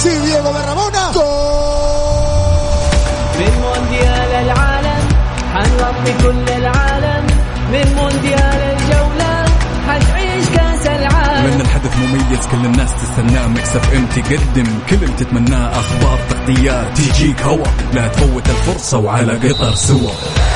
Sí, Diego de Rabona. من مونديال العالم حنغطي كل العالم، من مونديال الجولة حنعيش كاس العالم. من الحدث مميز كل الناس تستناه، ميكس اف ام تقدم كل اللي تتمناه، اخبار تغطيات تجيك هوا، لا تفوت الفرصة وعلى قطر سوا.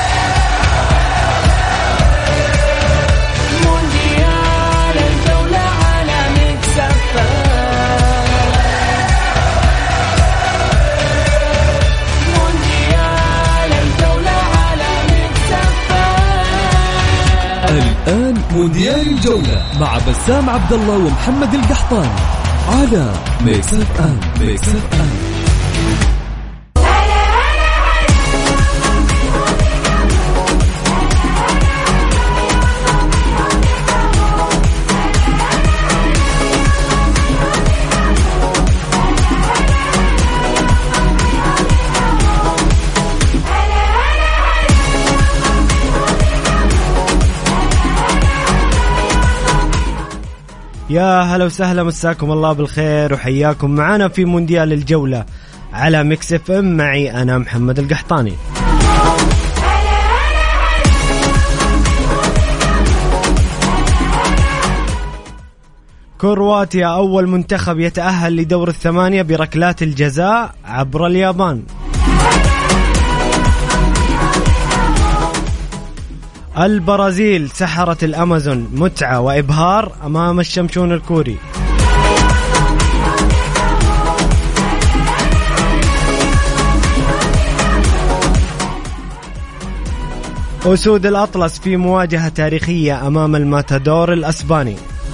الآن مونديال الجولة مع بسام عبد الله ومحمد القحطاني على ميكس اف ام. ميكس اف ام. يا هلا وسهلا، مساكم الله بالخير وحياكم معنا في مونديال الجولة على ميكس اف ام. معي أنا محمد القحطاني. كرواتيا أول منتخب يتأهل لدور الثمانية بركلات الجزاء عبر اليابان. البرازيل سحرت الأمازون متعة وإبهار أمام الشمشون الكوري. أسود الأطلس في مواجهة تاريخية أمام الماتادور الأسباني.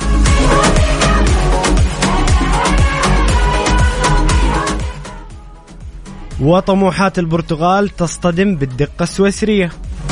وطموحات البرتغال تصطدم بالدقة السويسرية.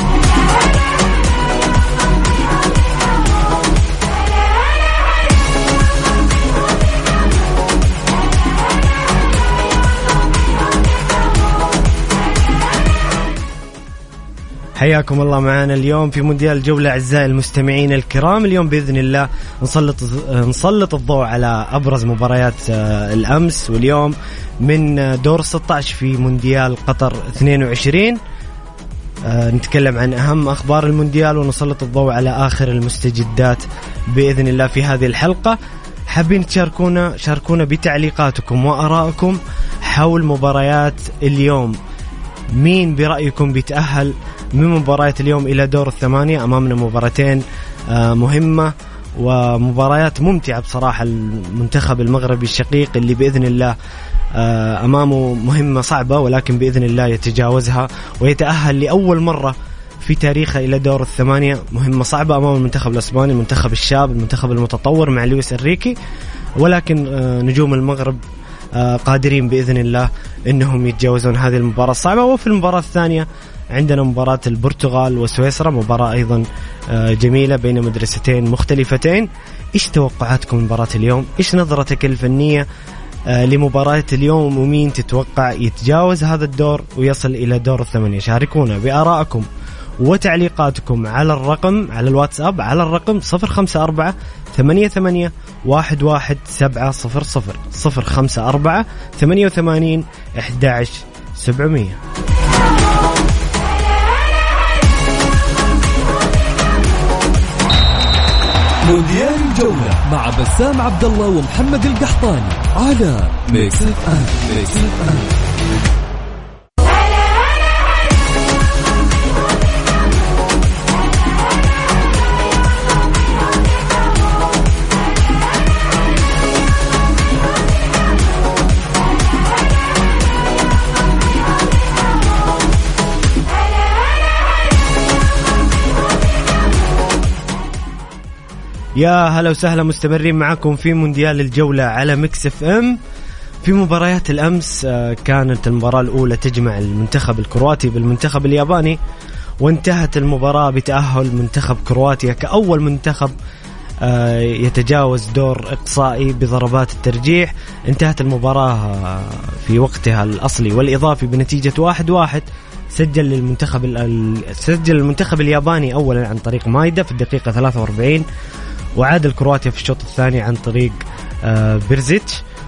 حياكم الله معنا اليوم في مونديال الجولة أعزائي المستمعين الكرام. اليوم بإذن الله نسلط الضوء على أبرز مباريات الأمس واليوم من دور 16 في مونديال قطر 22. نتكلم عن أهم أخبار المونديال ونسلط الضوء على آخر المستجدات بإذن الله في هذه الحلقة. حابين شاركونا بتعليقاتكم وآرائكم حول مباريات اليوم. مين برأيكم بيتأهل من مباريات اليوم إلى دور الثمانية؟ أمامنا مباراتين مهمة ومباريات ممتعة بصراحة. المنتخب المغربي الشقيق اللي بإذن الله أمامه مهمة صعبة، ولكن بإذن الله يتجاوزها ويتأهل لأول مرة في تاريخه إلى دور الثمانية. مهمة صعبة أمام المنتخب الأسباني، المنتخب الشاب، المنتخب المتطور مع لويس إنريكي، ولكن نجوم المغرب قادرين بإذن الله إنهم يتجاوزون هذه المباراة الصعبة. وفي المباراة الثانية عندنا مباراة البرتغال وسويسرا، مباراة أيضا جميلة بين مدرستين مختلفتين. إيش توقعاتكم من مباراة اليوم؟ إيش نظرتك الفنية لمباراة اليوم؟ ومين تتوقع يتجاوز هذا الدور ويصل إلى دور الثمانية؟ شاركونا بآرائكم وتعليقاتكم على الواتساب على الرقم 054-88-11700 054-88-11700. مونديال الجولة مع بسام عبد الله ومحمد القحطاني على ميكس اف ام. ميكس اف ام. يا هلا وسهلا، مستمرين معكم في مونديال الجولة على ميكس اف ام. في مباريات الأمس كانت المباراة الأولى تجمع المنتخب الكرواتي بالمنتخب الياباني، وانتهت المباراة بتأهل منتخب كرواتيا كأول منتخب يتجاوز دور إقصائي بضربات الترجيح. انتهت المباراة في وقتها الأصلي والإضافي بنتيجة 1-1. سجل المنتخب الياباني أولا عن طريق مايدا في الدقيقة 43، وعاد الكرواتيا في الشوط الثاني عن طريق بيرزيتش.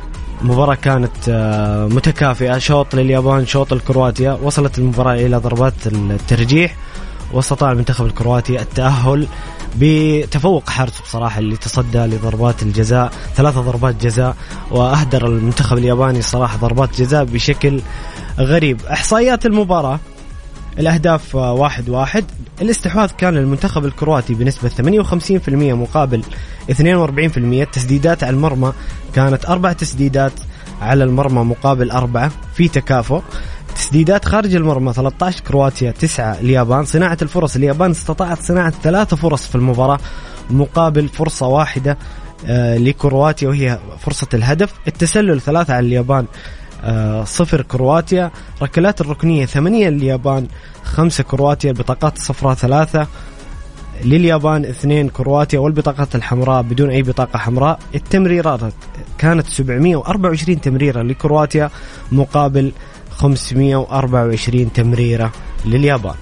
مباراة كانت متكافئة، شوط لليابان شوط لكرواتيا. وصلت المباراة إلى ضربات الترجيح، واستطاع المنتخب الكرواتي التأهل بتفوق حارس بصراحة اللي تصدى لضربات الجزاء، 3 ضربات جزاء، وأهدر المنتخب الياباني صراحة ضربات جزاء بشكل غريب. إحصائيات المباراة: الأهداف 1-1. الاستحواذ كان للمنتخب الكرواتي بنسبة 58% مقابل 42%. التسديدات على المرمى كانت 4 تسديدات على المرمى مقابل 4 في تكافؤ. تسديدات خارج المرمى 13 كرواتيا 9 اليابان. صناعة الفرص: اليابان استطاعت صناعة 3 فرص في المباراة مقابل فرصة واحدة لكرواتيا وهي فرصة الهدف. التسلل 3 على اليابان 0 كرواتيا. ركلات الركنية 8 لليابان 5 كرواتيا. البطاقات الصفراء 3 لليابان 2 كرواتيا، والبطاقات الحمراء بدون أي بطاقة حمراء. التمريرات كانت 724 تمريرة لكرواتيا مقابل 524 تمريرة لليابان.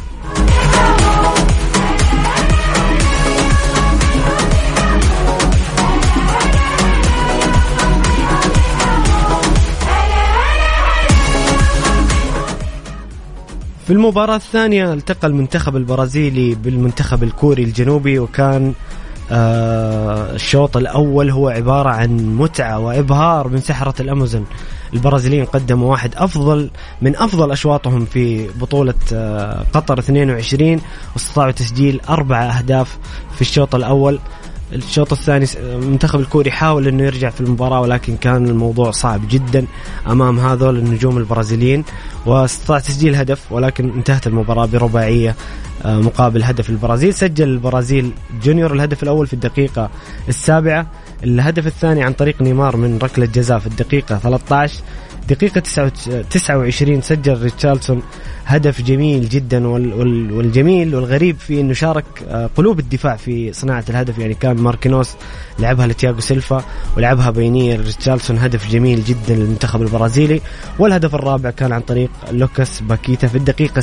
في المباراة الثانية التقى المنتخب البرازيلي بالمنتخب الكوري الجنوبي، وكان الشوط الأول هو عبارة عن متعة وإبهار من سحرة الأمازون. البرازيليين قدموا واحد من أفضل أشواطهم في بطولة قطر 22، واستطاعوا تسجيل 4 أهداف في الشوط الأول. الشوط الثاني المنتخب الكوري حاول أنه يرجع في المباراة، ولكن كان الموضوع صعب جدا أمام هذول النجوم البرازيليين، واستطاع تسجيل هدف، ولكن انتهت المباراة برباعية مقابل هدف البرازيل. سجل البرازيل جونيور الهدف الأول في الدقيقة 7، الهدف الثاني عن طريق نيمار من ركلة جزاء في الدقيقة 13. دقيقة 29 سجل ريتشارلسون هدف جميل جدا، والجميل والغريب في أنه شارك قلوب الدفاع في صناعة الهدف. يعني كان ماركينوس لعبها لتياغو سيلفا ولعبها بينية ريتشارلسون، هدف جميل جدا للمنتخب البرازيلي. والهدف الرابع كان عن طريق لوكاس باكيتا في الدقيقة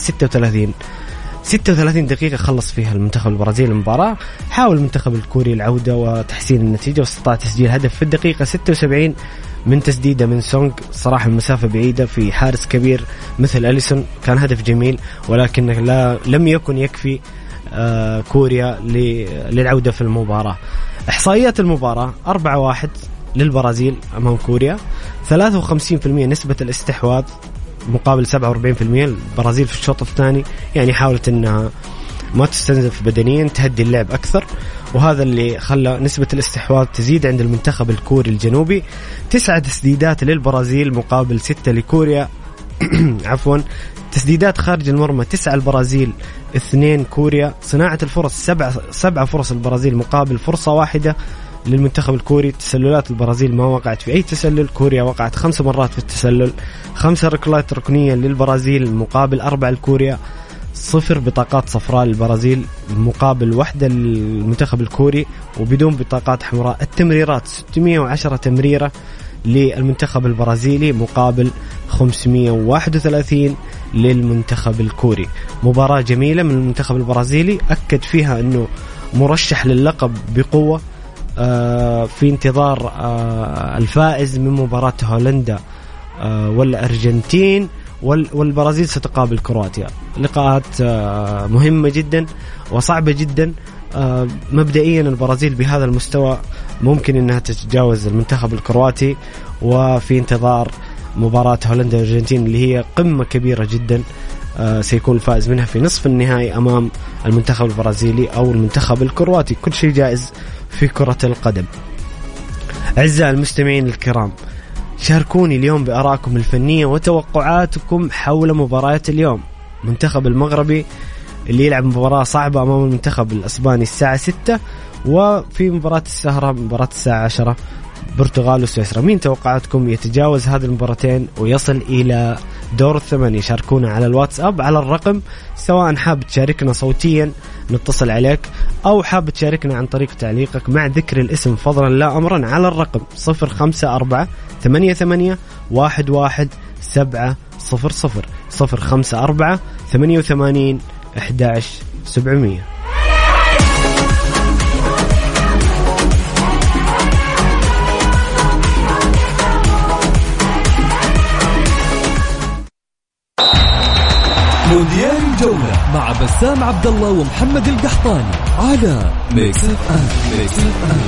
36 دقيقة خلص فيها المنتخب البرازيلي المباراة. حاول المنتخب الكوري العودة وتحسين النتيجة، واستطاع تسجيل هدف في الدقيقة 76 من تسديدة من سونغ. صراحة المسافة بعيدة في حارس كبير مثل أليسون، كان هدف جميل، ولكن لم يكن يكفي كوريا للعودة في المباراة. إحصائيات المباراة: 4-1 للبرازيل أمام كوريا، 53% نسبة الاستحواذ مقابل 47%. البرازيل في الشوط الثاني يعني حاولت أنها ما تستنزف بدنيا، تهدي اللعب أكثر، وهذا اللي خلى نسبة الاستحواذ تزيد عند المنتخب الكوري الجنوبي. 9 تسديدات للبرازيل مقابل 6 لكوريا عفوا. تسديدات خارج المرمى 9 البرازيل 2 كوريا. صناعة الفرص 7 فرص البرازيل مقابل فرصة واحدة للمنتخب الكوري. تسللات البرازيل ما وقعت في أي تسلل، كوريا وقعت 5 مرات في التسلل. 5 ركلات ركنية للبرازيل مقابل 4 لكوريا. 0 بطاقات صفراء للبرازيل مقابل 1 للمنتخب الكوري، وبدون بطاقات حمراء. التمريرات 610 تمريرة للمنتخب البرازيلي مقابل 531 للمنتخب الكوري. مباراة جميلة من المنتخب البرازيلي، أكد فيها أنه مرشح للقب بقوة، في انتظار الفائز من مباراة هولندا والأرجنتين، والبرازيل ستقابل كرواتيا. لقاءات مهمة جدا وصعبة جدا. مبدئيا البرازيل بهذا المستوى ممكن أنها تتجاوز المنتخب الكرواتي، وفي انتظار مباراة هولندا والأرجنتين اللي هي قمة كبيرة جدا، سيكون الفائز منها في نصف النهائي أمام المنتخب البرازيلي أو المنتخب الكرواتي. كل شيء جائز في كرة القدم. أعزائي المستمعين الكرام، شاركوني اليوم بآرائكم الفنية وتوقعاتكم حول مباريات اليوم. منتخب المغربي اللي يلعب مباراة صعبة أمام المنتخب الأسباني الساعة 6، وفي مباراة السهرة مباراة الساعة 10 برتغال وسويسرا. مين توقعاتكم يتجاوز هذه المباراتين ويصل إلى دور الثمانية؟ شاركونا على الواتساب على الرقم، سواء حاب تشاركنا صوتيا نتصل عليك، أو حاب تشاركنا عن طريق تعليقك مع ذكر الاسم فضلا لا أمرا على الرقم 0548811700 0548811700. مع بسام عبد الله ومحمد القحطاني على ميكس اف ام.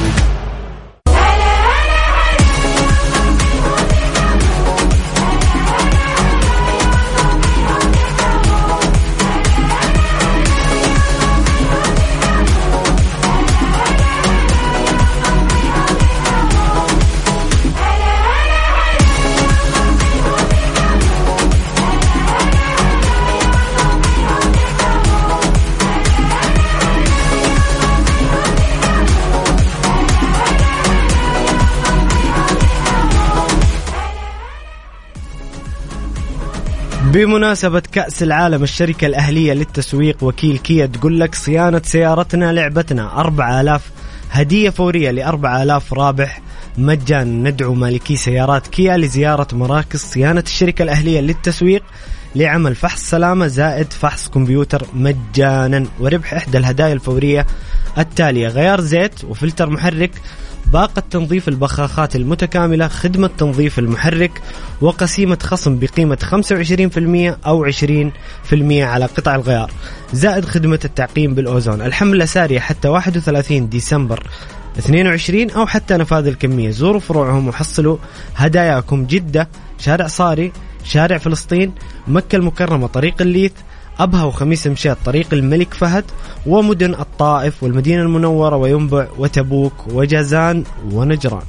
بمناسبة كأس العالم، الشركة الأهلية للتسويق وكيل كيا تقول لك صيانة سيارتنا لعبتنا، 4000 هدية فورية ل4000 رابح مجانا. ندعو مالكي سيارات كيا لزيارة مراكز صيانة الشركة الأهلية للتسويق لعمل فحص سلامة زائد فحص كمبيوتر مجانا، وربح إحدى الهدايا الفورية التالية: غيار زيت وفلتر محرك، باقة تنظيف البخاخات المتكاملة، خدمة تنظيف المحرك، وقسيمة خصم بقيمة 25% أو 20% على قطع الغيار، زائد خدمة التعقيم بالأوزون. الحملة سارية حتى 31 ديسمبر 22 أو حتى نفاذ الكمية. زوروا فروعهم وحصلوا هداياكم: جدة شارع صاري، شارع فلسطين، مكة المكرمة طريق الليث، أبها وخميس مشيط طريق الملك فهد، ومدن الطائف والمدينة المنورة وينبع وتبوك وجازان ونجران.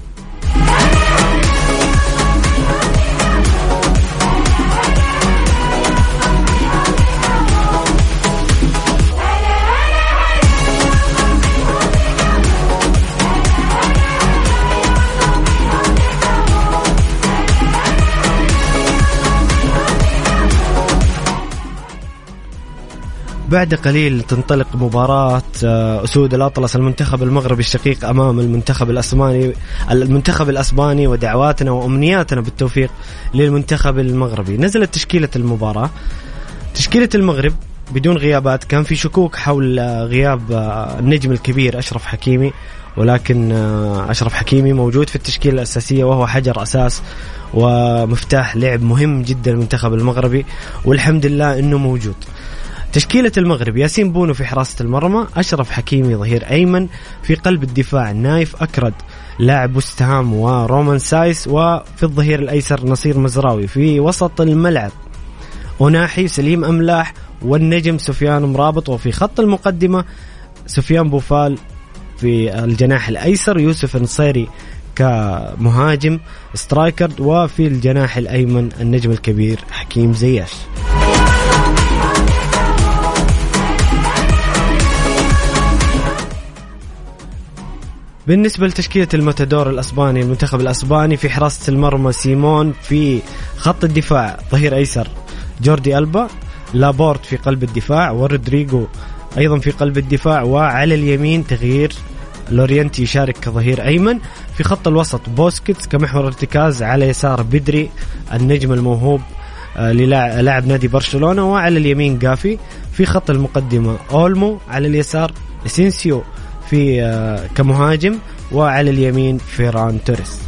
بعد قليل تنطلق مباراة أسود الأطلس المنتخب المغربي الشقيق أمام المنتخب الأسباني، ودعواتنا وأمنياتنا بالتوفيق للمنتخب المغربي. نزلت تشكيلة المباراة. تشكيلة المغرب بدون غيابات، كان في شكوك حول غياب النجم الكبير أشرف حكيمي، ولكن أشرف حكيمي موجود في التشكيلة الأساسية، وهو حجر أساس ومفتاح لعب مهم جدا المنتخب المغربي، والحمد لله أنه موجود. تشكيلة المغرب: ياسين بونو في حراسة المرمى، أشرف حكيمي ظهير أيمن، في قلب الدفاع نايف أكرد لاعب وستهام ورومان سايس، وفي الظهير الأيسر نصير مزراوي، في وسط الملعب أناحي سليم أملاح والنجم سفيان مرابط، وفي خط المقدمة سفيان بوفال، في الجناح الأيسر يوسف نصيري كمهاجم سترايكر، وفي الجناح الأيمن النجم الكبير حكيم زياش. بالنسبة لتشكيلة المتدور الأسباني، المنتخب الأسباني: في حراسة المرمى سيمون، في خط الدفاع ظهير أيسر جوردي ألبا، لابورت في قلب الدفاع، ورودريغو أيضا في قلب الدفاع، وعلى اليمين تغيير لورينتي يشارك كظهير أيمن، في خط الوسط بوسكيتس كمحور ارتكاز، على يسار بدري النجم الموهوب للاعب نادي برشلونة، وعلى اليمين غافي، في خط المقدمة أولمو، على اليسار اسينسيو في كمهاجم، وعلى اليمين فيران توريس.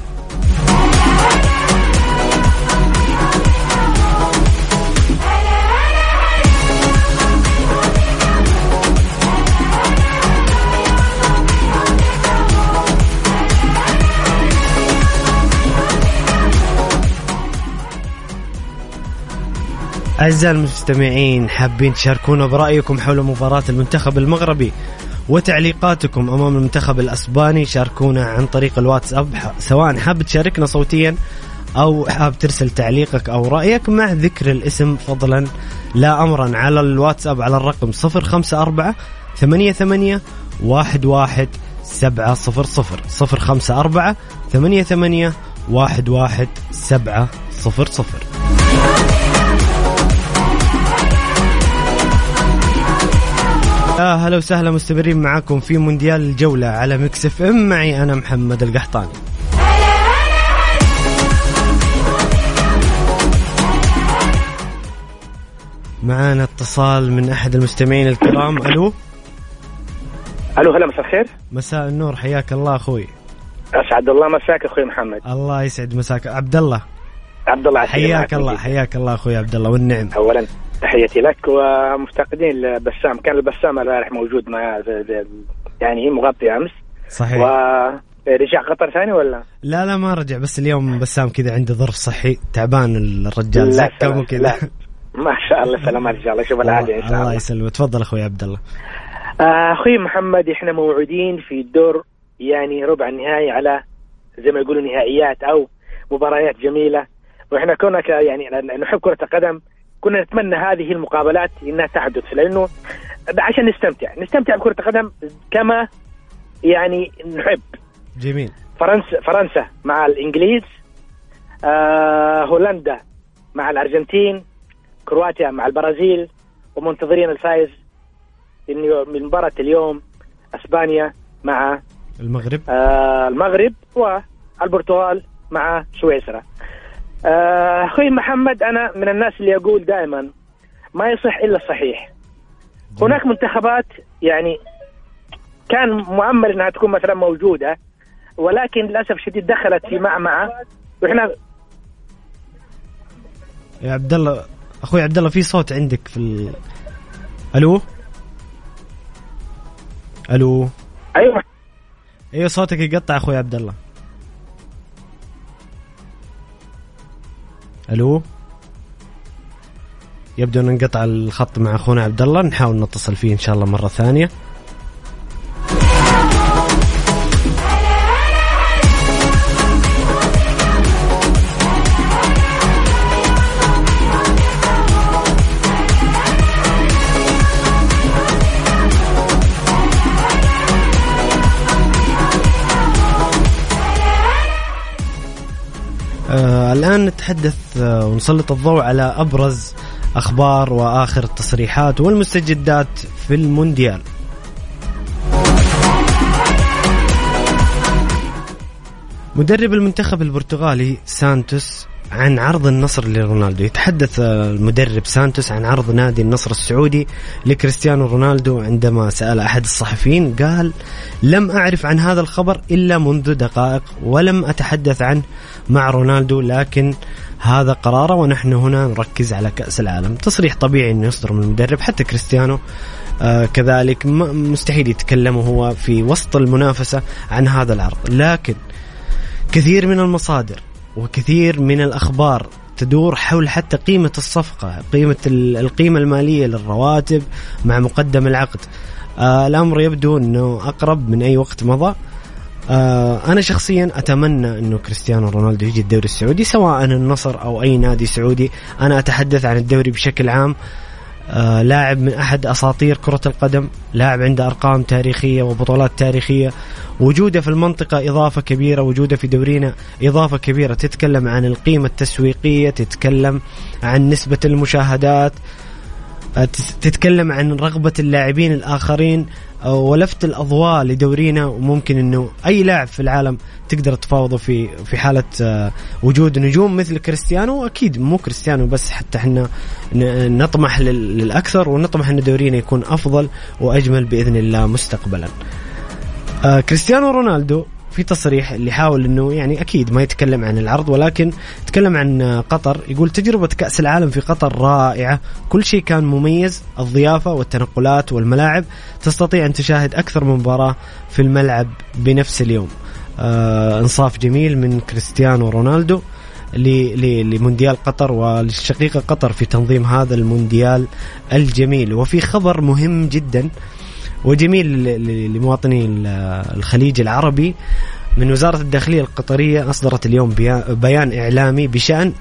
أعزائي المستمعين، حابين تشاركونا برأيكم حول مباراة المنتخب المغربي وتعليقاتكم أمام المنتخب الأسباني؟ شاركونا عن طريق الواتساب، سواء حاب تشاركنا صوتيا أو حاب ترسل تعليقك أو رأيك مع ذكر الاسم فضلا لا أمرا، على الواتساب على الرقم 054 88 11 700 054 88 11 700. هلا وسهلا، مستمرين معاكم في مونديال الجولة على ميكس اف ام، معي أنا محمد القحطاني. معانا اتصال من أحد المستمعين الكرام. ألو هلا، مساء الخير. مساء النور، حياك الله أخوي. أسعد الله مساك أخوي محمد. الله يسعد مساك. عبد الله حياك الله أخوي عبد الله والنعم. أولا تحياتي لك ومفتقدين لبسام. كان البسام البارح موجود مع يعني مغطي أمس. صحيح. ورجع قطر ثاني ولا؟ لا ما رجع، بس اليوم بسام كذا عنده ظرف صحي، تعبان الرجال زكم وكذا. ما شاء الله سلامات إن شاء الله. شوف العافية إن شاء الله. الله يسلمك. تفضل أخوي عبد الله. أخوي محمد، إحنا موعودين في الدور يعني ربع النهائي على زي ما يقولوا نهائيات أو مباريات جميلة، وإحنا كنا يعني نحب كرة القدم، كنا نتمنى هذه المقابلات إنها تحدث، لأنه عشان نستمتع بكرة القدم كما يعني نحب. جميل. فرنسا مع الإنجليز، هولندا مع الأرجنتين، كرواتيا مع البرازيل، ومنتظرين الفائز من مباراة اليوم اسبانيا مع المغرب والبرتغال مع سويسرا. اخوي محمد، انا من الناس اللي يقول دائما ما يصح الا الصحيح. هناك منتخبات يعني كان مؤمل انها تكون مثلا موجودة، ولكن للاسف شديد دخلت في معمعة. واحنا يا عبد الله، اخوي عبد الله، في صوت عندك في الو. ايوه صوتك يقطع اخوي عبد الله. الو، يبدو ان انقطع الخط مع اخونا عبد الله، نحاول نتصل فيه ان شاء الله مرة ثانية. الآن نتحدث ونسلط الضوء على أبرز أخبار وآخر التصريحات والمستجدات في المونديال. مدرب المنتخب البرتغالي سانتوس عن عرض النصر لرونالدو. يتحدث المدرب سانتوس عن عرض نادي النصر السعودي لكريستيانو رونالدو. عندما سأل أحد الصحفيين قال: لم أعرف عن هذا الخبر إلا منذ دقائق، ولم أتحدث عنه مع رونالدو، لكن هذا قراره ونحن هنا نركز على كأس العالم. تصريح طبيعي أنه يصدر من المدرب. حتى كريستيانو كذلك مستحيل يتكلم هو في وسط المنافسة عن هذا العرض. لكن كثير من المصادر وكثير من الأخبار تدور حول حتى قيمة الصفقة، القيمة المالية للرواتب مع مقدم العقد. الأمر يبدو أنه أقرب من أي وقت مضى. أنا شخصيا أتمنى أنه كريستيانو رونالدو يجي الدوري السعودي، سواء النصر أو أي نادي سعودي. أنا أتحدث عن الدوري بشكل عام. لاعب من أحد أساطير كرة القدم، لاعب عنده أرقام تاريخية وبطولات تاريخية، وجوده في المنطقة إضافة كبيرة، وجوده في دورينا إضافة كبيرة. تتكلم عن القيمة التسويقية، تتكلم عن نسبة المشاهدات، تتكلم عن رغبة اللاعبين الآخرين ولفت الأضواء لدورينا. وممكن أنه أي لاعب في العالم تقدر تفاوضه في حالة وجود نجوم مثل كريستيانو. أكيد مو كريستيانو بس، حتى احنا نطمح للأكثر، ونطمح أن دورينا يكون أفضل وأجمل بإذن الله مستقبلا. كريستيانو رونالدو في تصريح اللي حاول أنه يعني أكيد ما يتكلم عن العرض، ولكن يتكلم عن قطر. يقول: تجربة كأس العالم في قطر رائعة، كل شيء كان مميز، الضيافة والتنقلات والملاعب، تستطيع أن تشاهد أكثر من مباراة في الملعب بنفس اليوم. انصاف جميل من كريستيانو رونالدو لمونديال قطر وللشقيقة قطر في تنظيم هذا المونديال الجميل. وفي خبر مهم جدا وجميل لمواطني الخليج العربي من وزارة الداخلية القطرية. أصدرت اليوم بيان إعلامي بشأن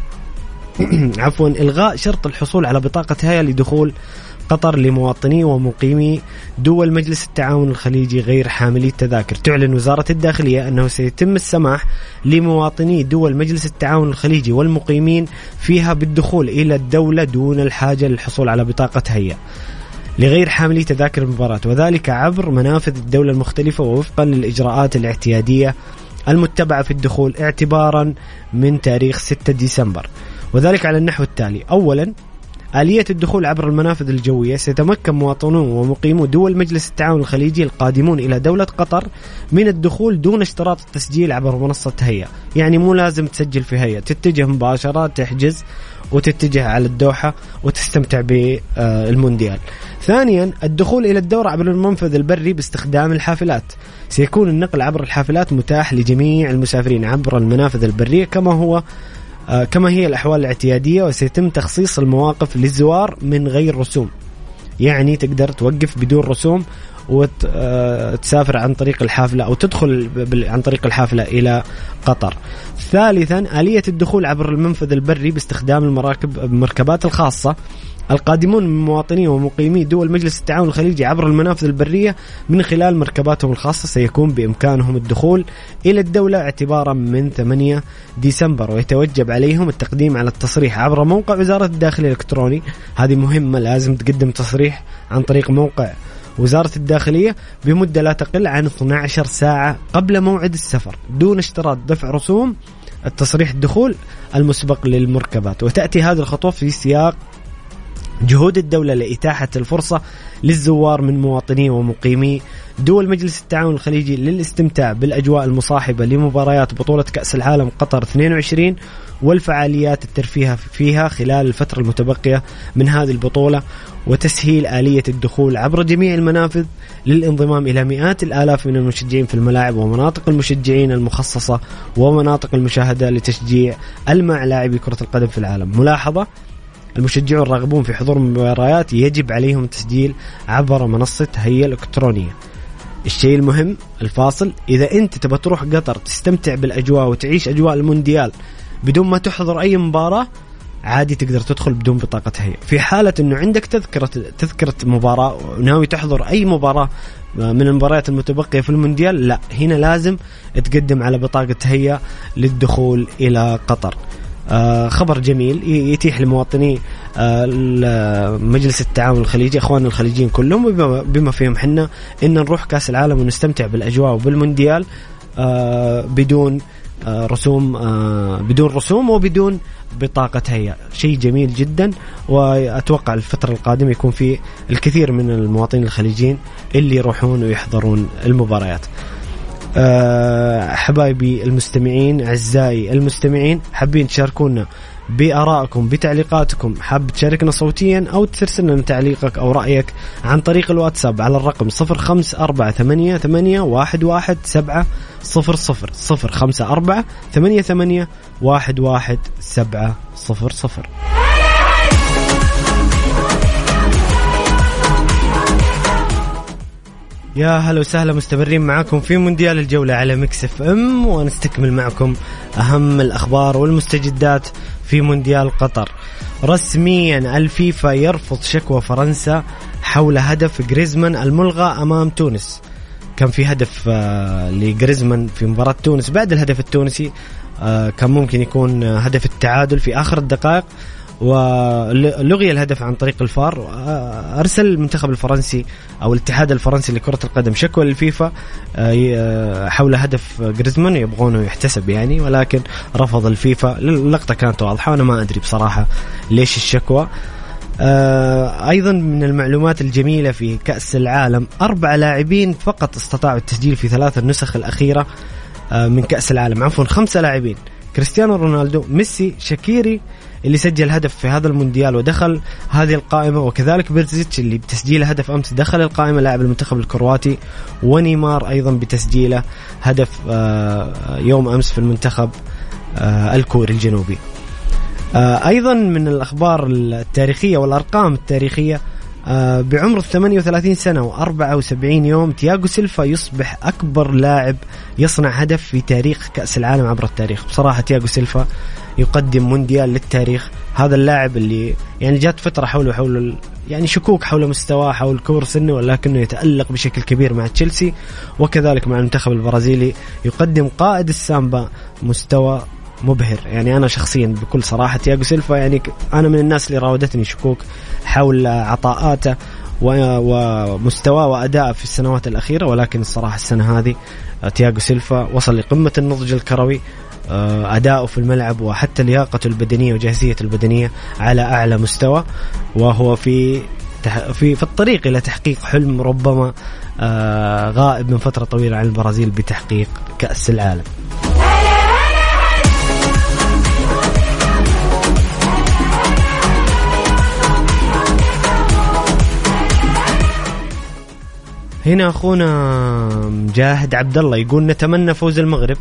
إلغاء شرط الحصول على بطاقة هيئة لدخول قطر لمواطني ومقيمي دول مجلس التعاون الخليجي غير حاملي التذاكر. تعلن وزارة الداخلية أنه سيتم السماح لمواطني دول مجلس التعاون الخليجي والمقيمين فيها بالدخول إلى الدولة دون الحاجة للحصول على بطاقة هيئة لغير حاملي تذاكر المباراة، وذلك عبر منافذ الدولة المختلفة ووفقا للإجراءات الاعتيادية المتبعة في الدخول اعتبارا من تاريخ 6 ديسمبر. وذلك على النحو التالي: أولا، آلية الدخول عبر المنافذ الجوية. سيتمكن مواطنون ومقيمو دول مجلس التعاون الخليجي القادمون إلى دولة قطر من الدخول دون اشتراط التسجيل عبر منصة هيئة. يعني مو لازم تسجل في هيئة، تتجه مباشرة، تحجز وتتجه على الدوحة وتستمتع بالمونديال. ثانيا الدخول إلى الدورة عبر المنفذ البري باستخدام الحافلات. سيكون النقل عبر الحافلات متاح لجميع المسافرين عبر المنافذ البرية كما هي الأحوال الاعتيادية، وسيتم تخصيص المواقف للزوار من غير رسوم. يعني تقدر توقف بدون رسوم وتسافر عن طريق الحافلة أو تدخل عن طريق الحافلة إلى قطر. ثالثا آلية الدخول عبر المنفذ البري باستخدام المركبات الخاصة. القادمون من مواطنين ومقيمي دول مجلس التعاون الخليجي عبر المنافذ البرية من خلال مركباتهم الخاصة سيكون بإمكانهم الدخول إلى الدولة اعتبارا من 8 ديسمبر، ويتوجب عليهم التقديم على التصريح عبر موقع وزارة الداخلية الإلكتروني. هذه مهمة، لازم تقدم تصريح عن طريق موقع وزارة الداخلية بمدة لا تقل عن 12 ساعة قبل موعد السفر دون اشتراط دفع رسوم التصريح الدخول المسبق للمركبات. وتأتي هذه الخطوة في سياق جهود الدولة لإتاحة الفرصة للزوار من مواطني ومقيمي دول مجلس التعاون الخليجي للاستمتاع بالأجواء المصاحبة لمباريات بطولة كأس العالم قطر 22 والفعاليات الترفيهية فيها خلال الفترة المتبقية من هذه البطولة، وتسهيل آلية الدخول عبر جميع المنافذ للانضمام إلى مئات الآلاف من المشجعين في الملاعب ومناطق المشجعين المخصصة ومناطق المشاهدة لتشجيع ألمع لاعبي كرة القدم في العالم. ملاحظة: المشجعون الراغبون في حضور المباريات يجب عليهم التسجيل عبر منصة هيئة الإلكترونية. الشيء المهم الفاصل: إذا أنت تبى تروح قطر تستمتع بالأجواء وتعيش أجواء المونديال بدون ما تحضر أي مباراة، عادي تقدر تدخل بدون بطاقة هيئة. في حالة أنه عندك تذكرة مباراة وناوي تحضر أي مباراة من المباريات المتبقية في المونديال، لا، هنا لازم تقدم على بطاقة هيئة للدخول إلى قطر. خبر جميل يتيح لمواطني مجلس التعاون الخليجي اخواننا الخليجيين كلهم بما فيهم حنا ان نروح كاس العالم ونستمتع بالاجواء وبالمونديال بدون رسوم وبدون بطاقة هيئة. شيء جميل جدا، وأتوقع الفترة القادمة يكون في الكثير من المواطنين الخليجيين اللي يروحون ويحضرون المباريات. حبايبي المستمعين، أعزائي المستمعين، حابين تشاركونا بآرائكم بتعليقاتكم، حاب تشاركنا صوتيا أو ترسل لنا تعليقك أو رأيك عن طريق الواتساب على الرقم 0548811700 0548811700. يا هلا وسهلا، مستمرين معكم في مونديال الجولة على ميكس اف ام، ونستكمل معكم أهم الأخبار والمستجدات في مونديال قطر. رسميا الفيفا يرفض شكوى فرنسا حول هدف غريزمان الملغى أمام تونس. كان في هدف لغريزمان في مباراة تونس بعد الهدف التونسي، كان ممكن يكون هدف التعادل في آخر الدقائق، ولغي الهدف عن طريق الفار. أرسل المنتخب الفرنسي أو الاتحاد الفرنسي لكرة القدم شكوى للفيفا حول هدف غريزمان، يبغونه يحتسب يعني، ولكن رفض الفيفا. اللقطة كانت واضحة، وأنا ما أدري بصراحة ليش الشكوى. أيضا من المعلومات الجميلة في كأس العالم، 4 لاعبين فقط استطاعوا التسجيل في 3 النسخ الأخيرة من كأس العالم، 5 لاعبين: كريستيانو رونالدو، ميسي، شاكيري اللي سجل هدف في هذا المونديال ودخل هذه القائمة، وكذلك بيرزيتش اللي بتسجيله هدف أمس دخل القائمة لاعب المنتخب الكرواتي، ونيمار أيضا بتسجيله هدف يوم أمس في المنتخب الكوري الجنوبي. أيضا من الأخبار التاريخية والأرقام التاريخية، بعمر 38 سنة و74 يوم تياغو سيلفا يصبح أكبر لاعب يصنع هدف في تاريخ كأس العالم عبر التاريخ. بصراحة تياغو سيلفا يقدم مونديال للتاريخ. هذا اللاعب اللي يعني جات فترة حوله يعني شكوك حول مستواه، حول كبر سنه، ولكنه يتألق بشكل كبير مع تشيلسي وكذلك مع المنتخب البرازيلي. يقدم قائد السامبا مستوى مبهر. يعني أنا شخصيا بكل صراحة تياغو سيلفا يعني أنا من الناس اللي راودتني شكوك حول عطاءاته ومستواه وأداءه في السنوات الأخيرة، ولكن الصراحة السنة هذه تياغو سيلفا وصل لقمة النضج الكروي. أداؤه في الملعب وحتى لياقته البدنية وجاهزيته البدنية على أعلى مستوى، وهو في الطريق إلى تحقيق حلم ربما غائب من فترة طويلة عن البرازيل بتحقيق كأس العالم. هنا أخونا مجاهد عبد الله يقول نتمنى فوز المغرب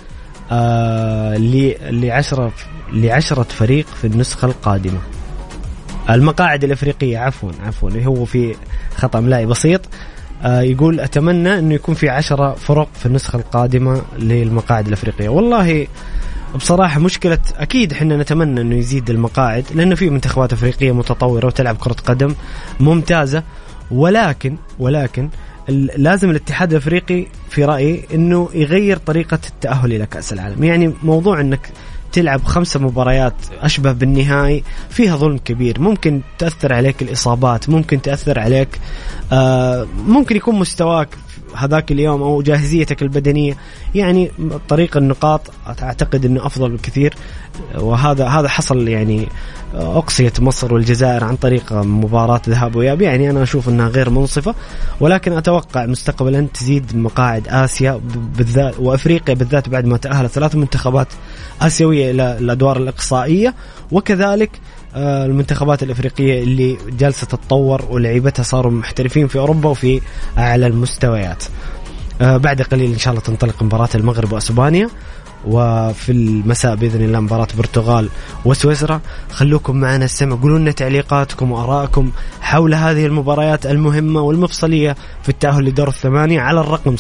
ل10 فريق في النسخة القادمة. المقاعد الأفريقية عفوا هو في خطأ ملائي بسيط. يقول أتمنى أنه يكون في 10 فرق في النسخة القادمة للمقاعد الأفريقية. والله بصراحة مشكلة، أكيد إحنا نتمنى أنه يزيد المقاعد لأنه في منتخبات أفريقية متطورة وتلعب كرة قدم ممتازة، ولكن لازم الاتحاد الأفريقي في رأيي أنه يغير طريقة التأهل إلى كأس العالم. يعني موضوع أنك تلعب 5 مباريات أشبه بالنهائي فيها ظلم كبير، ممكن تأثر عليك الإصابات، ممكن تأثر عليك ممكن يكون مستواك هذاك اليوم أو جاهزيتك البدنية. يعني طريق النقاط أعتقد أنه أفضل بكثير، وهذا حصل يعني أقصيت مصر والجزائر عن طريق مباراة ذهاب وإياب. يعني أنا أشوف أنها غير منصفة، ولكن أتوقع مستقبلا تزيد مقاعد آسيا بالذات وأفريقيا بالذات بعد ما تأهل 3 منتخبات آسيوية إلى الأدوار الإقصائية، وكذلك المنتخبات الأفريقية اللي جالسة تتطور ولعيبتها صاروا محترفين في أوروبا وفي أعلى المستويات. بعد قليل إن شاء الله تنطلق مباراة المغرب وأسبانيا، وفي المساء بإذن الله مباراة البرتغال وسويسرا. خلوكم معنا السمع، قولوا لنا تعليقاتكم وآراءكم حول هذه المباريات المهمة والمفصلية في التأهل لدور 8 على الرقم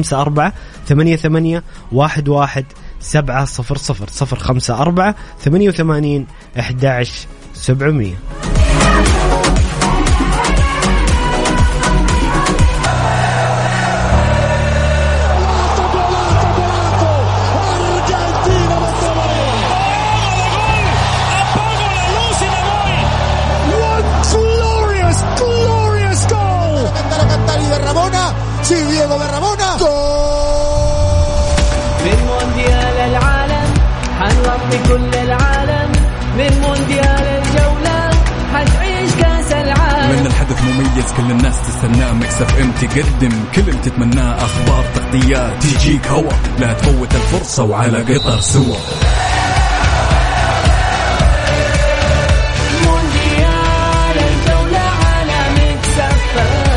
054-88-11-700 054-88-11-700. كل العالم من مونديال الجولة حتعيش كاس العالم. من الحدث مميز كل الناس تستناه، ميكس اف ام تقدم كل اللي تتمناه، اخبار تغطيات تجيك هوا، لا تفوت الفرصة وعلى قطر سوا. مونديال الجولة على ميكس اف ام.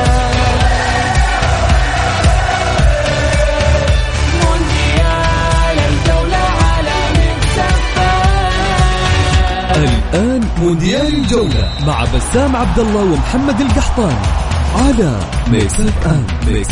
الآن مونديال الجولة مع بسام عبد الله ومحمد القحطاني على ميكس اف ام.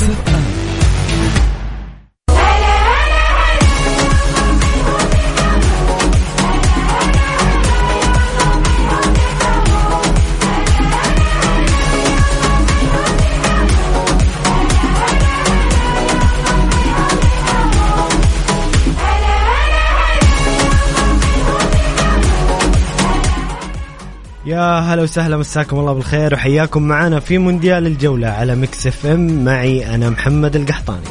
يا هلا وسهلا، مساكم الله بالخير وحياكم معنا في مونديال الجولة على ميكس اف ام. معي أنا محمد القحطاني.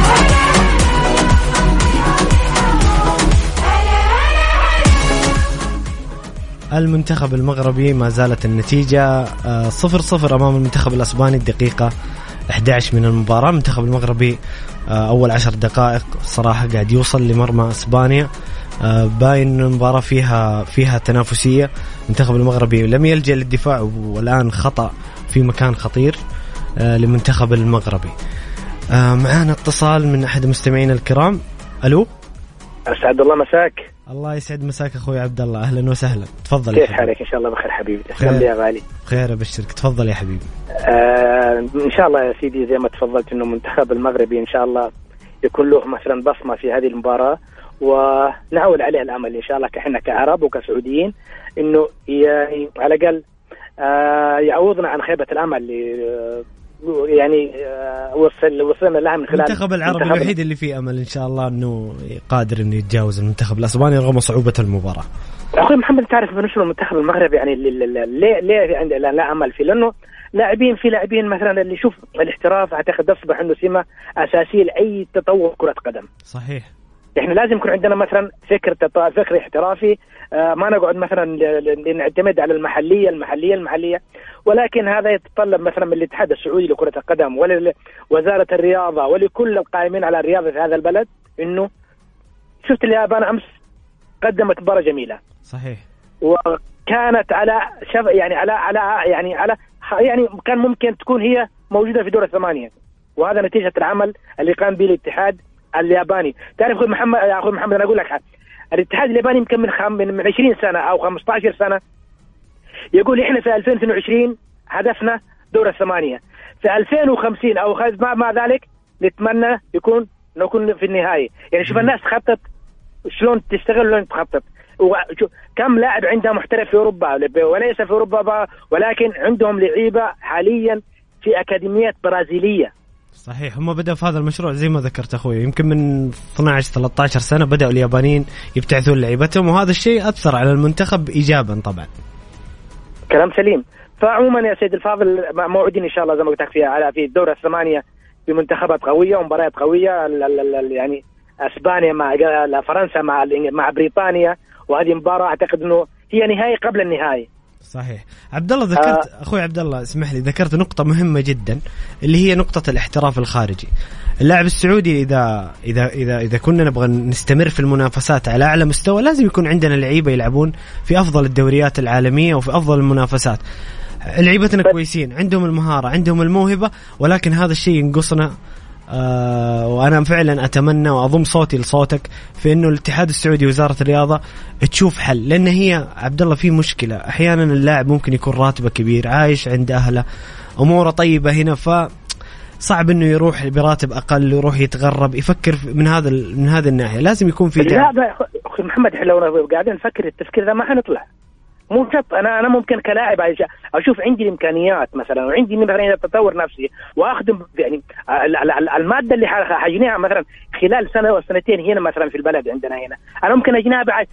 المنتخب المغربي ما زالت النتيجة 0-0 أمام المنتخب الأسباني الدقيقة 11 من المباراة. المنتخب المغربي أول 10 دقائق صراحة قاعد يوصل لمرمى أسبانيا، باين المباراة فيها تنافسية. المنتخب المغربي لم يلجأ للدفاع، والآن خطأ في مكان خطير للمنتخب المغربي. معانا اتصال من أحد مستمعين الكرام. ألو، أسعد الله مساك. الله يسعد مساك أخوي عبد الله، أهلا وسهلا، تفضل. كيف حالك؟ إن شاء الله بخير حبيبي. تسلم لي يا غالي. خير أبشرك، تفضل يا حبيبي. إن شاء الله يا سيدي زي ما تفضلت إنه المنتخب المغربي إن شاء الله يكون له مثلا بصمة في هذه المباراة، ونعول عليه الأمل إن شاء الله كحنا كعرب وكسعوديين إنه يعني على الأقل يعوضنا عن خيبة الأمل اللي يعني وصلنا لها من خلال المنتخب العربي الوحيد اللي فيه أمل إن شاء الله إنه قادر إنه يتجاوز المنتخب الأسباني رغم صعوبة المباراة. أخوي محمد، تعرف بالنسبة للمنتخب المغربي يعني ليه عندنا لا أمل فيه؟ لأنه لاعبين مثلا اللي يشوف الاحتراف أعتقد أصبح عنده سمة أساسية لأي تطور كرة قدم. صحيح. احنا لازم يكون عندنا مثلا فكر احترافي، ما نقعد مثلا نعتمد على المحلية، ولكن هذا يتطلب مثلا من الاتحاد السعودي لكرة القدم ولوزارة الرياضة ولكل القائمين على الرياضة في هذا البلد، انه شفت اليابان امس قدمت مباراة جميلة صحيح، وكانت على يعني كان ممكن تكون هي موجودة في دور الثمانية، وهذا نتيجة العمل اللي قام به الاتحاد الياباني. تعرف أخوي محمد أنا أقول لك حاجة، الاتحاد الياباني يمكن من 20 سنة أو 15 سنة يقول إحنا في 2022 هدفنا دور الثمانية، في 2050 أو ما ذلك نتمنى نكون في النهاية. يعني شوف الناس تخطط شلون تشتغل ولون تخطط، كم لاعب عندها محترف في أوروبا وليس في أوروبا، ولكن عندهم لعيبة حاليا في أكاديميات برازيلية. صحيح، هم بدأوا في هذا المشروع زي ما ذكرت أخوي، يمكن من 12-13 سنة بدأوا اليابانيين يبتعثون لعيبتهم، وهذا الشيء أثر على المنتخب إيجابا طبعا. كلام سليم. فعموما يا سيد الفاضل موعدين إن شاء الله زي ما قلت لك في الدورة الثمانية في منتخبات قوية ومباريات قوية، يعني أسبانيا مع فرنسا مع بريطانيا، وهذه مباراة أعتقد إنه هي نهائي قبل النهائي. صحيح. عبد الله ذكرت أخوي عبد الله اسمح لي، ذكرت نقطة مهمة جدا اللي هي نقطة الاحتراف الخارجي. اللاعب السعودي إذا كنا نبغى نستمر في المنافسات على أعلى مستوى لازم يكون عندنا لعيبة يلعبون في أفضل الدوريات العالمية وفي أفضل المنافسات. لعيبتنا كويسين، عندهم المهارة، عندهم الموهبة، ولكن هذا الشيء ينقصنا. وأنا فعلا أتمنى وأضم صوتي لصوتك في إنه الاتحاد السعودي وزارة الرياضة تشوف حل، لأن هي عبد الله في مشكلة أحيانا اللاعب ممكن يكون راتبه كبير، عايش عند أهله، أموره طيبة هنا، فصعب إنه يروح براتب أقل ويروح يتغرب، يفكر من هذا الناحية لازم يكون في دعم. لا أخي محمد، لو قاعدين نفكر التفكير ذا ما حنطلع. مو شرط انا ممكن كلاعب اشوف عندي الامكانيات مثلا وعندي مثلا تطور نفسي واخدم يعني الماده اللي حاجنيها مثلا خلال سنه او سنتين هنا مثلا في البلد عندنا هنا، انا ممكن اجنيها بعد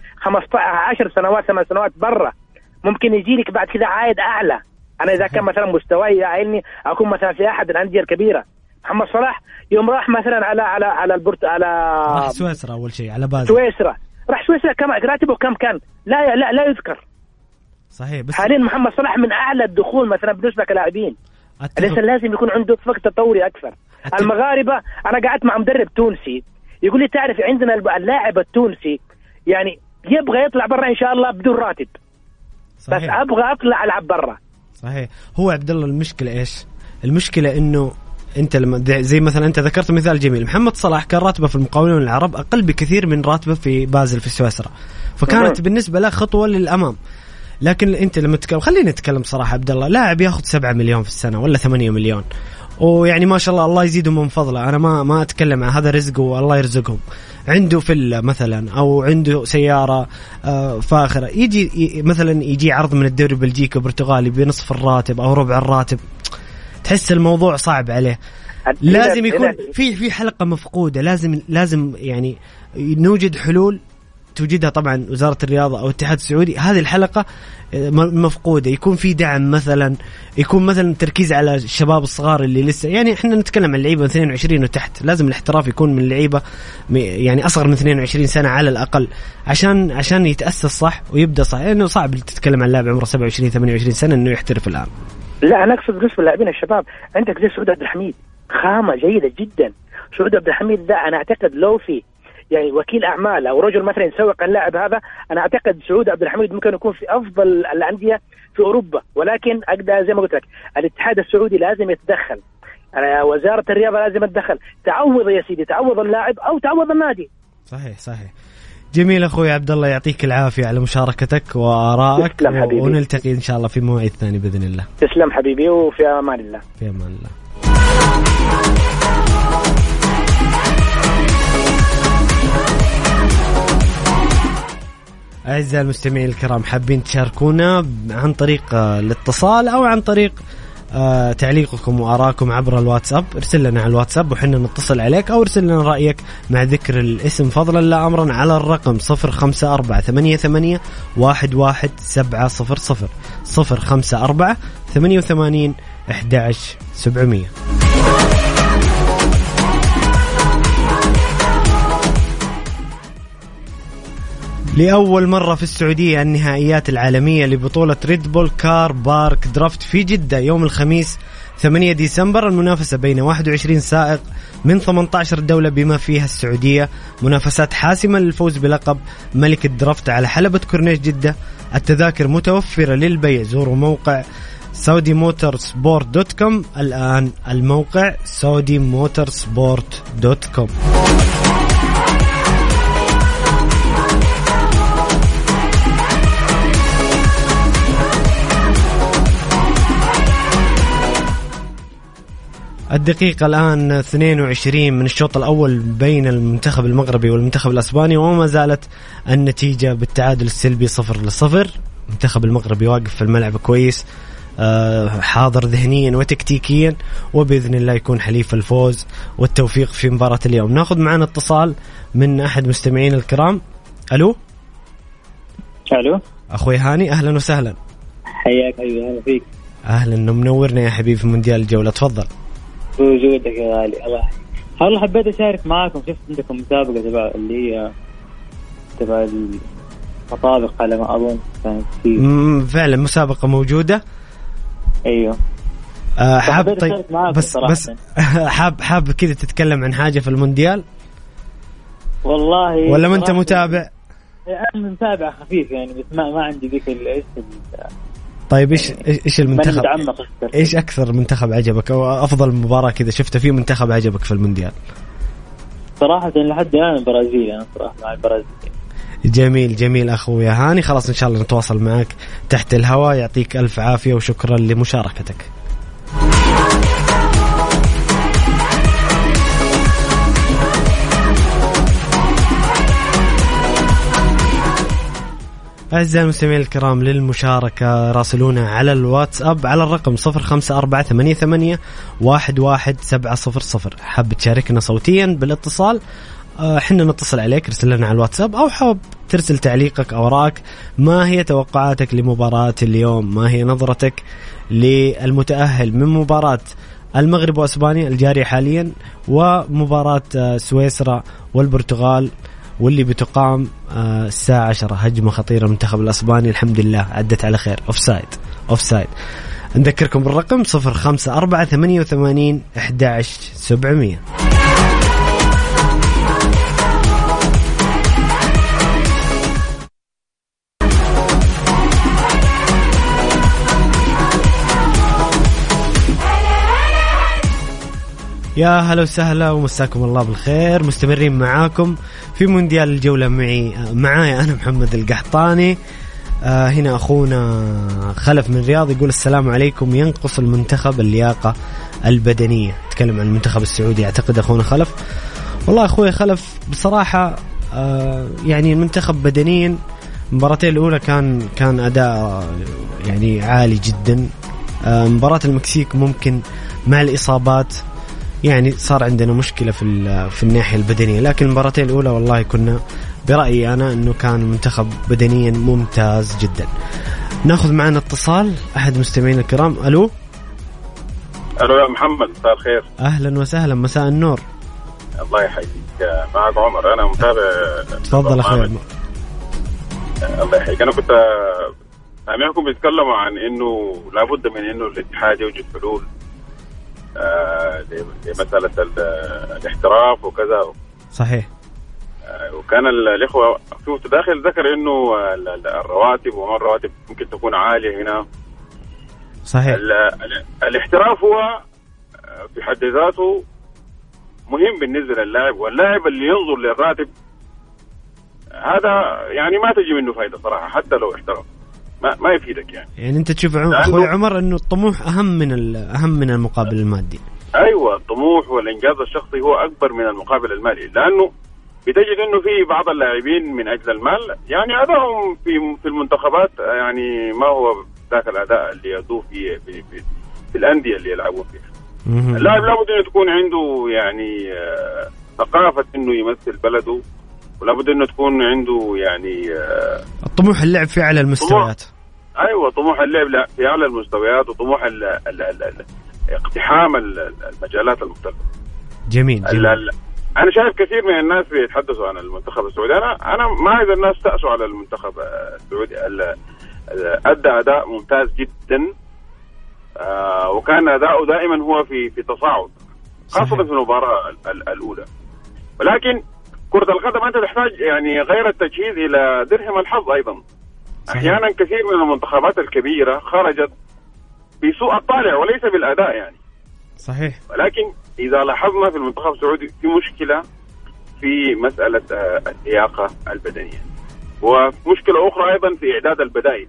10 سنوات 8 سنوات برا، ممكن يجي لك بعد كذا عائد اعلى. انا اذا كان مثلا مستواي يعيني اكون مثلا في احد الانديه الكبيره. محمد صلاح يوم راح مثلا على راح سويسرا اول شيء، على باز راح سويسرا، كم راتبه كم كان لا يذكر. صحيح. بس حاليا محمد صلاح من اعلى الدخول مثلا بالنسبه كلاعبين، ليس لازم يكون عنده فقط تطوري اكثر. المغاربه انا قعدت مع مدرب تونسي يقول لي تعرف عندنا اللاعب التونسي يعني يبغى يطلع برا ان شاء الله بدون راتب. صحيح. بس ابغى اطلع العب برا. صحيح. هو عبد الله المشكله ايش؟ المشكله انه انت لما زي مثلا انت ذكرت مثال جميل، محمد صلاح كان راتبه في المقاولون العرب اقل بكثير من راتبه في بازل في سويسرا، فكانت بالنسبه له خطوه للامام. لكن انت لما تتكلم، خلينا نتكلم صراحه عبد الله، لاعب ياخذ 7 مليون في السنه ولا 8 مليون، ويعني ما شاء الله يزيدهم من فضله، انا ما اتكلم عن هذا رزقه والله يرزقهم، عنده فيلا مثلا او عنده سياره فاخره، يجي مثلا يجي عرض من الدوري البلجيكي البرتغالي بنصف الراتب او ربع الراتب، تحس الموضوع صعب عليه. لازم يكون في حلقه مفقوده، لازم يعني نوجد حلول توجدها طبعا وزارة الرياضة أو الاتحاد السعودي. هذه الحلقة مفقودة، يكون في دعم مثلا، يكون مثلا تركيز على الشباب الصغار اللي لسه، يعني احنا نتكلم عن اللعيبة 22 وتحت، لازم الاحتراف يكون من اللعيبة يعني أصغر من 22 سنة على الأقل، عشان يتأسس صح ويبدأ صح، لأنه صعب تتكلم عن لاعب عمره 27 28 سنة إنه يحترف الآن. لا أنا أقصد بالنسبة للاعبين الشباب، عندك زي سعود عبد الحميد خامة جيدة جدا. سعود عبد الحميد ده أنا أعتقد لو في يعني وكيل أعمال أو رجل مثلا يسوق اللاعب هذا، أنا أعتقد سعود عبد الحميد ممكن يكون في أفضل الأندية في أوروبا، ولكن أقدر زي ما قلت لك الاتحاد السعودي لازم يتدخل، وزارة الرياضة لازم تتدخل، تعوض يا سيدي، تعوض اللاعب أو تعوض النادي. صحيح. جميل أخوي عبد الله، يعطيك العافية على مشاركتك وآرائك، ونلتقي إن شاء الله في موعد ثاني بإذن الله. تسلم حبيبي، وفي أمان الله. في أمان الله. أعزائي المستمعين الكرام، حابين تشاركونا عن طريق الاتصال أو عن طريق تعليقكم وآراءكم عبر الواتساب، ارسل لنا على الواتساب وحنا نتصل عليك، أو ارسل لنا رأيك مع ذكر الاسم فضلا لا أمرا على الرقم 0548811700 0548811700. لأول مرة في السعودية النهائيات العالمية لبطولة ريد بول كار بارك درافت في جدة يوم الخميس 8 ديسمبر. المنافسة بين 21 سائق من 18 دولة بما فيها السعودية. منافسات حاسمة للفوز بلقب ملك الدرافت على حلبة كورنيش جدة. التذاكر متوفرة للبيع. زوروا موقع saudimotorsport.com الآن. الموقع saudimotorsport.com. الدقيقة الآن 22 من الشوط الأول بين المنتخب المغربي والمنتخب الأسباني، وما زالت النتيجة بالتعادل السلبي 0-0. المنتخب المغربي واقف في الملعب كويس، حاضر ذهنيا وتكتيكيا، وبإذن الله يكون حليف الفوز والتوفيق في مباراة اليوم. ناخذ معنا اتصال من أحد مستمعين الكرام. ألو أخوي هاني، أهلا وسهلا. حياك أيها، أهلا فيك. أهلا، منورنا يا حبيبي في مونديال الجولة، تفضل. بوجودك يا غالي، الله يحييك. والله حبيت أشارك معاكم. شفت عندكم مسابقة تبع اللي هي تبع المطابق على ما أظن كانت في فعلا مسابقة موجودة. أيوه. حاب طيب بس حاب كذا تتكلم عن حاجة في المونديال والله، ولا ما أنت متابع؟ أنا متابع خفيف يعني، بس ما عندي ذيك إيش. طيب إيش المنتخب، إيش أكثر منتخب عجبك أو أفضل مباراة كذا شفتها في منتخب عجبك في المونديال؟ صراحة لحد الآن البرازيل، أنا صراحة مع البرازيل. جميل أخويا هاني، خلاص إن شاء الله نتواصل معك تحت الهواء. يعطيك ألف عافية وشكرا لمشاركتك. أعزائي المستمعين الكرام، للمشاركة راسلونا على الواتساب على الرقم 0548811700. حاب تشاركنا صوتيا بالاتصال، حنا نتصل عليك، ارسل لنا على الواتساب، أو حاب ترسل تعليقك أو رأيك. ما هي توقعاتك لمباراة اليوم؟ ما هي نظرتك للمتأهل من مباراة المغرب وأسبانيا الجارية حاليا، ومباراة سويسرا والبرتغال واللي بتقام الساعة 10؟ هجمة خطيرة المنتخب الأسباني، الحمد لله عدت على خير. أوفسايد. نذكركم بالرقم 0548811700. يا هلا وسهلا ومساكم الله بالخير. مستمرين معاكم في مونديال الجولة، معايا أنا محمد القحطاني. هنا أخونا خلف من الرياض يقول السلام عليكم، ينقص المنتخب اللياقة البدنية. تكلم عن المنتخب السعودي أعتقد أخونا خلف. والله أخوي خلف بصراحة يعني المنتخب بدنيا مباراتين الأولى كان أداء يعني عالي جدا. مباراة المكسيك ممكن مع الإصابات يعني صار عندنا مشكلة في الناحية البدنية، لكن المباراتين الأولى والله كنا برأيي أنا أنه كان المنتخب بدنيا ممتاز جدا. ناخذ معنا اتصال أحد مستمعين الكرام. ألو يا محمد، مساء الخير. أهلا وسهلا، مساء النور. الله يحييك، معك عمر، أنا متابع. تفضل أخوي. الله يحييك. أنا كنت سامعكم بيتكلموا عن إنه لابد من إنه الاتحاد يوجد حلول لمسألة الاحتراف وكذا. صحيح. وكان الإخوة في متداخل ذكر إنه الرواتب وما الرواتب ممكن تكون عالية هنا. صحيح. الاحتراف هو في حد ذاته مهم بالنسبة للاعب، واللاعب اللي ينظر للراتب هذا يعني ما تجي منه فايدة صراحة، حتى لو احترف ما يفيدك يعني انت تشوف اخوي عمر انه الطموح اهم من المقابل المادي. ايوه، الطموح والانجاز الشخصي هو اكبر من المقابل المالي، لانه بتجد انه في بعض اللاعبين من اجل المال يعني ادائهم في المنتخبات يعني ما هو ذاك الاداء اللي يدوه في الانديه اللي يلعبون فيها. اللاعب لابد انه تكون عنده يعني ثقافه انه يمثل بلده، ولابد انه تكون عنده يعني الطموح اللعب في اعلى المستويات. ايوه، طموح اللعب في اعلى المستويات، وطموح اقتحام المجالات المختلفه. جميل. انا شايف كثير من الناس بيتحدثوا عن المنتخب السعودي. انا ما عايز الناس تأسوا على المنتخب السعودي. ادى اداء ممتاز جدا، وكان اداؤه دائما هو في تصاعد، خاصه في المباراه الاولى. ولكن كرة القدم انت تحتاج يعني غير التجهيز الى درهم الحظ ايضا. احيانا كثير من المنتخبات الكبيره خرجت بسوء الطالع وليس بالاداء يعني. صحيح. ولكن اذا لاحظنا في المنتخب السعودي في مشكله في مساله اللياقه البدنيه، ومشكله اخرى ايضا في اعداد البدائل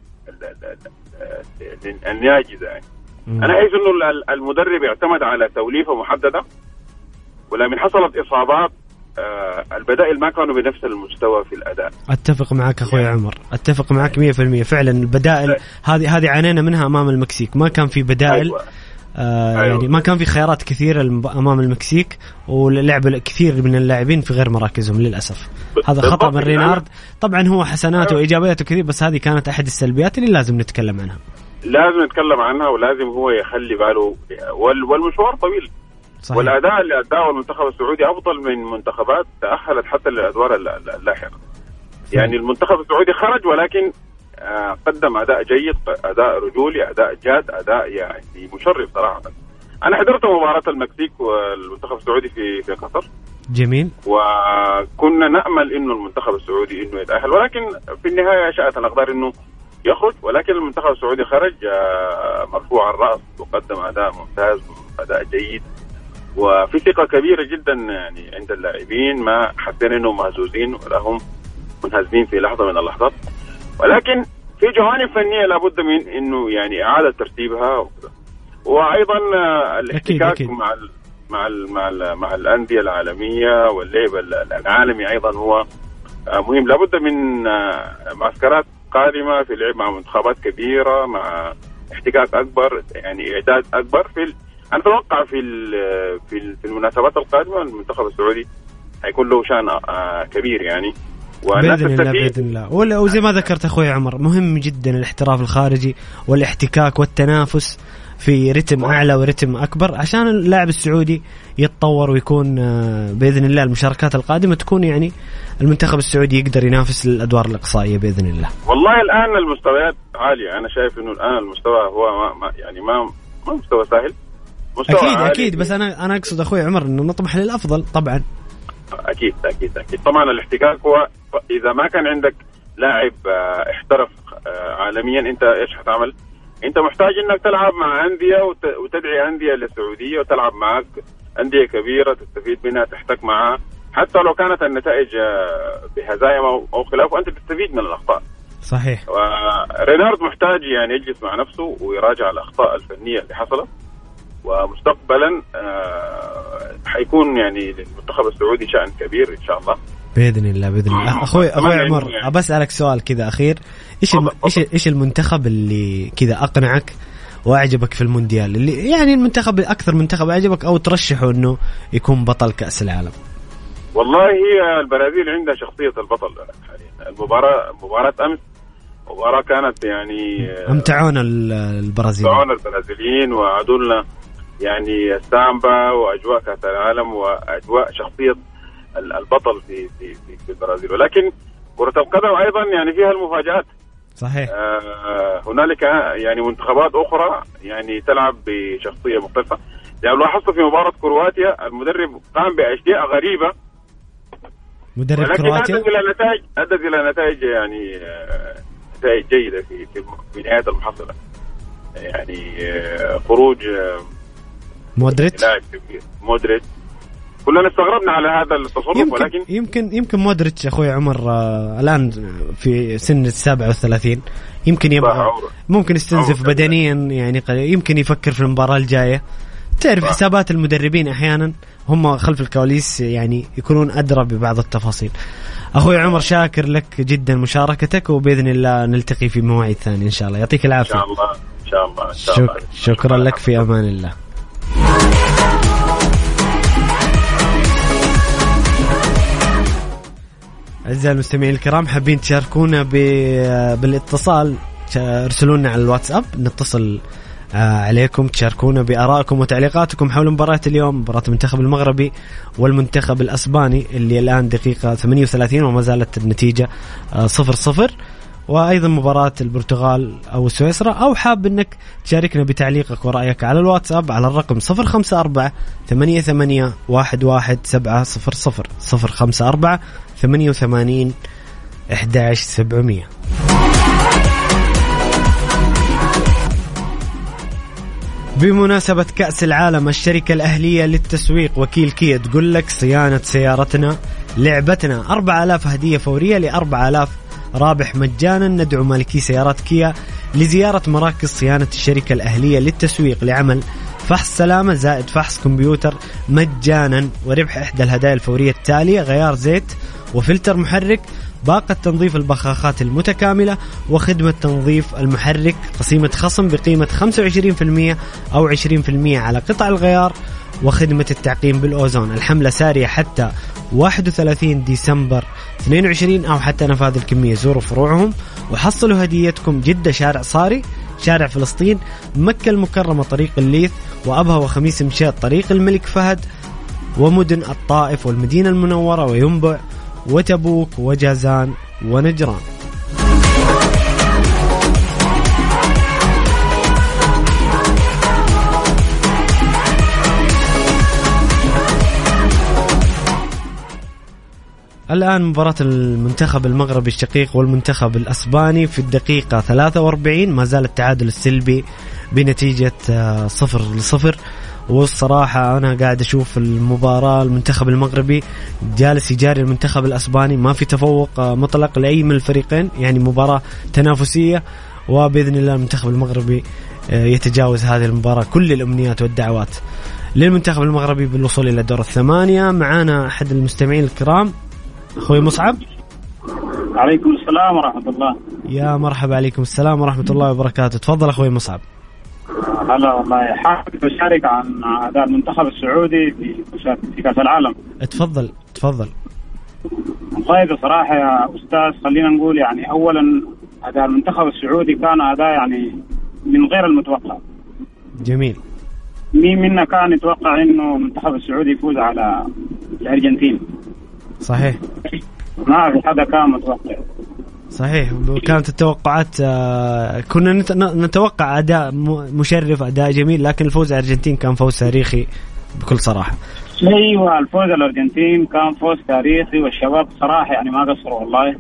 الناجزه يعني. انا احس انه المدرب اعتمد على توليفه محدده، ولما حصلت اصابات البدائل ما كانوا بنفس المستوى في الاداء. اتفق معك اخوي عمر، اتفق معك 100%. فعلا البدائل هذه عانينا منها امام المكسيك، ما كان في بدائل. أيوة. يعني ما كان في خيارات كثيرة أمام المكسيك، ولعب كثير من اللاعبين في غير مراكزهم للأسف. هذا خطأ من رينارد. طبعا هو حسناته وإيجابياته كثير، بس هذه كانت أحد السلبيات اللي لازم نتكلم عنها. لازم نتكلم عنها، ولازم هو يخلي باله، والمشوار طويل. صحيح. والأداء اللي أداه المنتخب السعودي أفضل من منتخبات تأهلت حتى للأدوار اللاحقة. يعني المنتخب السعودي خرج ولكن قدم أداء جيد، أداء رجولي، أداء جاد، أداء يعني مشرف صراحة. أنا حضرت مباراة المكسيك والمنتخب السعودي في قطر. جميل. وكنا نأمل إنه المنتخب السعودي إنه يتأهل، ولكن في النهاية شاءت الأقدار إنه يخرج. ولكن المنتخب السعودي خرج مرفوع الرأس، وقدم أداء ممتاز، أداء جيد، وفي ثقة كبيرة جدا يعني عند اللاعبين. ما حسينا إنهم مهزوزين ولا هم منهزمين في لحظة من اللحظات. ولكن في جوانب فنية لابد من إنه يعني إعادة ترتيبها وكذا. وأيضا الاحتكاك أكيد. مع الأندية العالمية واللعب العالمي أيضا هو مهم. لابد من معسكرات قادمة في اللعب مع منتخبات كبيرة، مع احتكاك أكبر، يعني إعداد أكبر. أنا أتوقع في المناسبات القادمة المنتخب السعودي هيكون له شأن كبير يعني. بإذن الله. وزي ما ذكرت أخوي عمر، مهم جدا الاحتراف الخارجي والاحتكاك والتنافس في رتم أعلى ورتم أكبر، عشان اللاعب السعودي يتطور ويكون بإذن الله المشاركات القادمة تكون يعني المنتخب السعودي يقدر ينافس الأدوار الإقصائية بإذن الله. والله الآن المستويات عالية. أنا شايف إنه الآن المستوى هو ما مستوى سهل، مستوى أكيد عالي. أكيد. بس أنا أقصد أخوي عمر إنه نطمح للأفضل طبعا. أكيد. طبعا الاحتكاك هو إذا ما كان عندك لاعب احترف عالميا، أنت إيش هتعمل؟ أنت محتاج إنك تلعب مع أندية وتدعي أندية للسعودية وتلعب معك أندية كبيرة تستفيد منها، تحتك معها، حتى لو كانت النتائج بهزايم أو خلاف، وأنت تستفيد من الأخطاء. صحيح. ورينارد محتاج يعني يجلس مع نفسه ويراجع الأخطاء الفنية اللي حصلت، ومستقبلا حيكون يعني للمنتخب السعودي شأن كبير إن شاء الله بإذن الله. أخوي عمر يعني. أسألك سؤال كذا أخير، إيش المنتخب اللي كذا أقنعك وأعجبك في المونديال، اللي يعني المنتخب أكثر منتخب أعجبك أو ترشحه إنه يكون بطل كأس العالم؟ والله هي البرازيل عندها شخصية البطل حاليا. مباراة أمس مباراة كانت يعني أمتعونا البرازيليين وعدولنا يعني السامبا وأجواء كأس العالم وأجواء شخصية البطل في البرازيل. ولكن كرة القدم أيضا يعني فيها المفاجآت. صحيح. هنالك يعني منتخبات أخرى يعني تلعب بشخصية مختلفة. يعني لاحظت في مباراة كرواتيا المدرب قام بأشياء غريبة، مدرب كرواتيا أدت إلى نتائج يعني نتائج جيدة في نهاية المحصلة. يعني خروج مودريتش كلنا استغربنا على هذا التصرف. ولكن يمكن مودريتش أخوي عمر الآن في سن 37 يمكن يبغى ممكن يستنزف بدنيا، يعني يمكن يفكر في المباراة الجاية. تعرف حسابات المدربين أحيانا هم خلف الكواليس يعني يكونون أدرى ببعض التفاصيل. أخوي عمر شاكر لك جدا مشاركتك، وبإذن الله نلتقي في مواعيد ثانية إن شاء الله. يعطيك العافية. إن شاء الله. شكرا لك، في أمان الله. أعزائي المستمعين الكرام، حابين تشاركونا بالاتصال ارسلونا على الواتساب، نتصل عليكم تشاركونا بآرائكم وتعليقاتكم حول مباراة اليوم، مباراة المنتخب المغربي والمنتخب الأسباني اللي الآن دقيقة 38 وما زالت النتيجة 0-0، وأيضا مباراة البرتغال أو سويسرا. أو حاب أنك تشاركنا بتعليقك ورأيك على الواتساب على الرقم 054-88-11700 054-88-11700. بمناسبة كأس العالم، الشركة الأهلية للتسويق وكيل كيا تقول لك صيانة سيارتنا لعبتنا، 4000 هدية فورية ل4000 رابح مجانا. ندعو مالكي سيارات كيا لزيارة مراكز صيانة الشركة الأهلية للتسويق لعمل فحص سلامة زائد فحص كمبيوتر مجانا، وربح إحدى الهدايا الفورية التالية: غيار زيت وفلتر محرك، باقة تنظيف البخاخات المتكاملة، وخدمة تنظيف المحرك، قسيمة خصم بقيمة 25% أو 20% على قطع الغيار، وخدمة التعقيم بالأوزون. الحملة سارية حتى 31 ديسمبر 22 أو حتى نفاذ الكمية. زوروا فروعهم وحصلوا هديتكم: جدة شارع صاري، شارع فلسطين، مكة المكرمة طريق الليث، وأبها وخميس مشيط طريق الملك فهد، ومدن الطائف والمدينة المنورة وينبع وتبوك وجازان ونجران. الآن مباراة المنتخب المغربي الشقيق والمنتخب الأسباني في الدقيقة 43، ما زال التعادل السلبي بنتيجة 0-0. والصراحة أنا قاعد أشوف المباراة، المنتخب المغربي جالس يجاري المنتخب الأسباني، ما في تفوق مطلق لأي من الفريقين، يعني مباراة تنافسية، وبإذن الله المنتخب المغربي يتجاوز هذه المباراة. كل الأمنيات والدعوات للمنتخب المغربي بالوصول إلى دور الثمانية. معانا أحد المستمعين الكرام، أخوي مصعب. عليكم السلام ورحمة الله. يا مرحبا. عليكم السلام ورحمة الله وبركاته. تفضل أخوي مصعب. هلا والله، حابب أشارك عن أداء المنتخب السعودي في كأس العالم. تفضل. والله بصراحة يا أستاذ خلينا نقول يعني أولا أداء المنتخب السعودي كان أداء يعني من غير المتوقع. جميل. مين منا كان يتوقع إنه المنتخب السعودي يفوز على الأرجنتين؟ صحيح، ما في حدا كان متوقع. صحيح، كانت التوقعات كنا نتوقع أداء مشرف، أداء جميل، لكن الفوز الأرجنتين كان فوز تاريخي بكل صراحة. أيوة، الفوز الأرجنتين كان فوز تاريخي، والشباب صراحة يعني ما قصروا والله.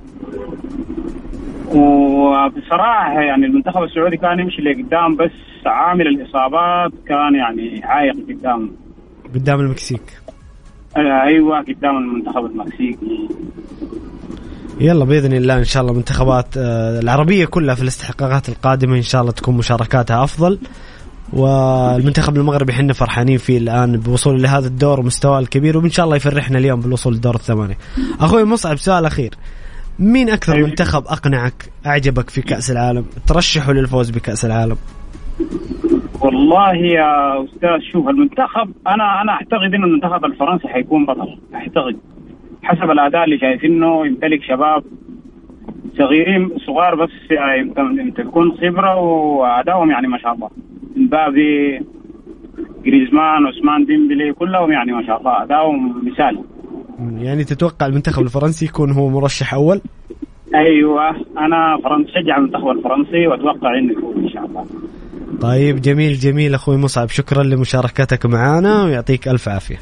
وبصراحة يعني المنتخب السعودي كان يمشي لقدام، بس عامل الإصابات كان يعني عايق قدام المكسيك. أيوة، قدام المنتخب المكسيكي. يلا بإذن الله إن شاء الله منتخبات العربية كلها في الاستحقاقات القادمة إن شاء الله تكون مشاركاتها أفضل. والمنتخب المغربي حنا فرحانين فيه الآن بوصول لهذا الدور ومستواه الكبير، وإن شاء الله يفرحنا اليوم بالوصول لدور الثمانية. أخوي مصعب، سؤال أخير: مين أكثر منتخب أقنعك، أعجبك في كأس العالم، ترشحه للفوز بكأس العالم؟ والله يا أستاذ شوف، المنتخب أنا أعتقد إنه المنتخب الفرنسي حيكون بطل، أعتقد حسب الأداء اللي شايفينه. يمتلك شباب صغيرين صغار، بس يمكن تكون خبرة وأدائهم يعني ما شاء الله. مبابي، غريزمان، عثمان ديمبلي، كلهم يعني ما شاء الله أدائهم مثالي. يعني تتوقع المنتخب الفرنسي يكون هو مرشح أول؟ أيوة، أنا شجع المنتخب الفرنسي وأتوقع إنه يكون إن شاء الله. طيب، جميل أخوي مصعب، شكرا لمشاركتك معنا ويعطيك ألف عافية.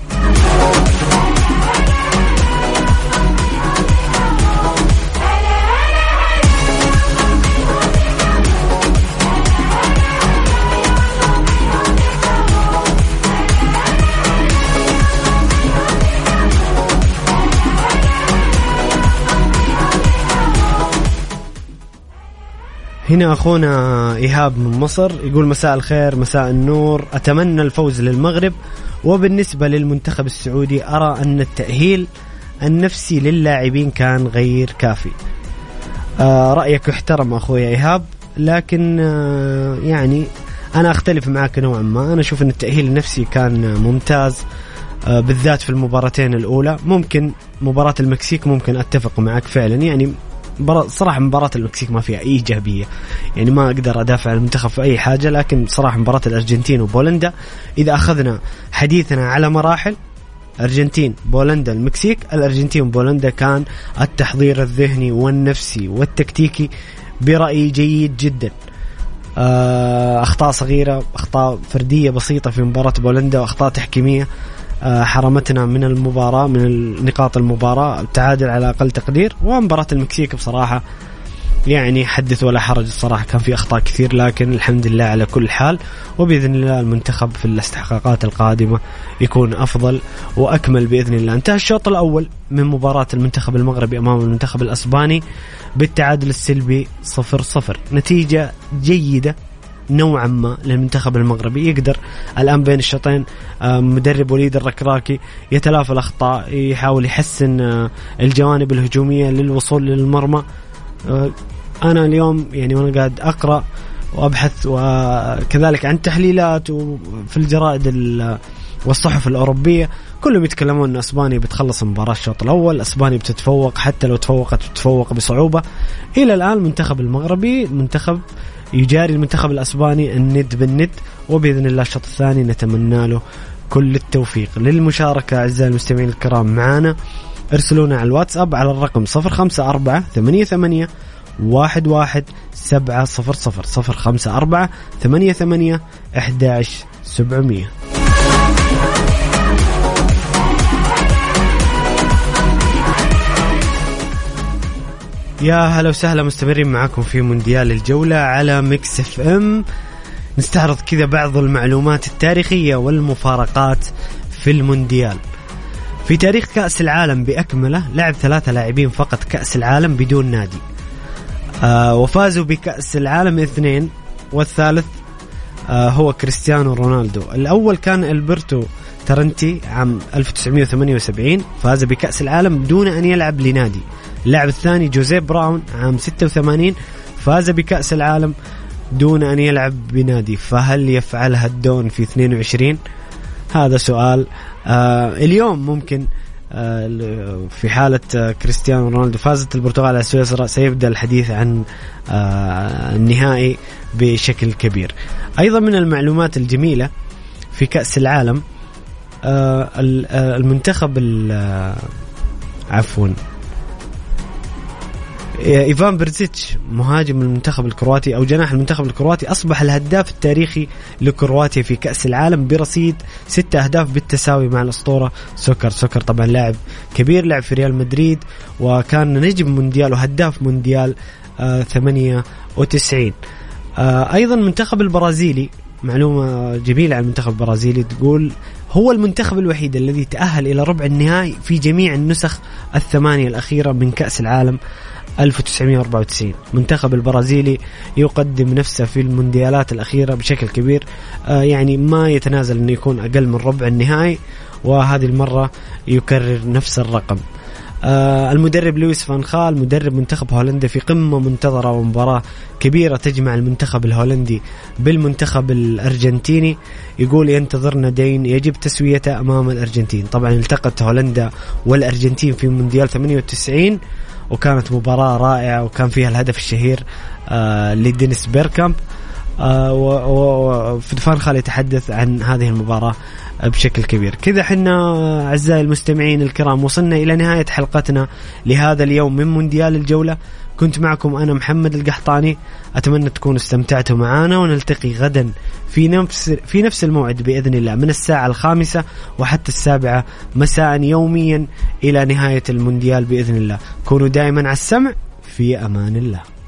هنا أخونا إيهاب من مصر يقول: مساء الخير، مساء النور، أتمنى الفوز للمغرب. وبالنسبة للمنتخب السعودي أرى أن التأهيل النفسي للاعبين كان غير كافي. رأيك يحترم أخوي إيهاب، لكن يعني أنا أختلف معك نوعا ما. أنا أشوف أن التأهيل النفسي كان ممتاز، بالذات في المباراتين الأولى. ممكن مباراة المكسيك ممكن أتفق معك فعلا، يعني صراحة مباراة المكسيك ما فيها أي إيجابية، يعني ما أقدر أدافع عن المنتخب في أي حاجة، لكن صراحة مباراة الأرجنتين وبولندا إذا أخذنا حديثنا على مراحل أرجنتين بولندا المكسيك، الأرجنتين وبولندا كان التحضير الذهني والنفسي والتكتيكي برأيي جيد جدا. أخطاء صغيرة، أخطاء فردية بسيطة في مباراة بولندا، وأخطاء تحكيمية حرمتنا من المباراة، من نقاط المباراة، التعادل على أقل تقدير. ومباراة المكسيك بصراحة يعني حدث ولا حرج، الصراحة كان في أخطاء كثير، لكن الحمد لله على كل حال. وبإذن الله المنتخب في الاستحقاقات القادمة يكون أفضل وأكمل بإذن الله. انتهى الشوط الأول من مباراة المنتخب المغربي أمام المنتخب الأسباني بالتعادل السلبي 0-0، نتيجة جيدة نوعا ما للمنتخب المغربي. يقدر الآن بين الشوطين مدرب وليد الركراكي يتلافى الأخطاء، يحاول يحسن الجوانب الهجومية للوصول للمرمى. أنا اليوم يعني وأنا قاعد أقرأ وأبحث وكذلك عن تحليلات وفي الجرائد والصحف الأوروبية، كلهم يتكلمون أن أسبانيا بتخلص مباراة الشوط الأول، أسبانيا بتتفوق، حتى لو تفوق بصعوبة. إلى الآن المنتخب المغربي منتخب يجاري المنتخب الأسباني الند بالند، وبإذن الله الشوط الثاني نتمنى له كل التوفيق. للمشاركة أعزائي المستمعين الكرام معنا ارسلونا على الواتساب على الرقم 054-88-11700 054-88-11700. يا هلا وسهلا، مستمرين معكم في مونديال الجولة على ميكس اف ام. نستعرض كذا بعض المعلومات التاريخية والمفارقات في المونديال. في تاريخ كأس العالم بأكمله لعب 3 لاعبين فقط كأس العالم بدون نادي، وفازوا بكأس العالم 2، والثالث هو كريستيانو رونالدو. الأول كان ألبرتو ترنتي عام 1978 فاز بكأس العالم دون أن يلعب لنادي. اللاعب الثاني جوزيه براون عام 86 فاز بكأس العالم دون أن يلعب بنادي. فهل يفعلها الدون في 22؟ هذا سؤال. اليوم ممكن في حالة كريستيانو رونالدو فازت البرتغال على سويسرا سيبدأ الحديث عن النهائي بشكل كبير. أيضا من المعلومات الجميلة في كأس العالم المنتخب إيفان برزيتش مهاجم المنتخب الكرواتي أو جناح المنتخب الكرواتي أصبح الهداف التاريخي لكرواتيا في كأس العالم برصيد 6 أهداف بالتساوي مع الأسطورة سوكر. طبعا لاعب كبير، لعب في ريال مدريد وكان نجم مونديال وهداف مونديال 98. أيضا المنتخب البرازيلي، معلومة جميلة عن المنتخب البرازيلي تقول هو المنتخب الوحيد الذي تأهل إلى ربع النهائي في جميع النسخ 8 الأخيرة من كأس العالم 1994. منتخب البرازيلي يقدم نفسه في المونديالات الأخيرة بشكل كبير، يعني ما يتنازل أن يكون أقل من ربع النهائي، وهذه المرة يكرر نفس الرقم. المدرب لويس فان خال مدرب منتخب هولندا في قمة منتظرة ومباراة كبيرة تجمع المنتخب الهولندي بالمنتخب الأرجنتيني، يقول ينتظرنا دين يجب تسويته أمام الأرجنتين. طبعا التقت هولندا والأرجنتين في مونديال 98 وكانت مباراة رائعة وكان فيها الهدف الشهير لدينيس بيركامب، وفان خال يتحدث عن هذه المباراة بشكل كبير. كذا حنا أعزائي المستمعين الكرام وصلنا إلى نهاية حلقتنا لهذا اليوم من مونديال الجولة. كنت معكم أنا محمد القحطاني، أتمنى تكونوا استمتعتوا معنا، ونلتقي غدا في نفس الموعد بإذن الله من 5:00 وحتى 7:00 مساء يوميا إلى نهاية المونديال بإذن الله. كونوا دائما على السمع، في أمان الله.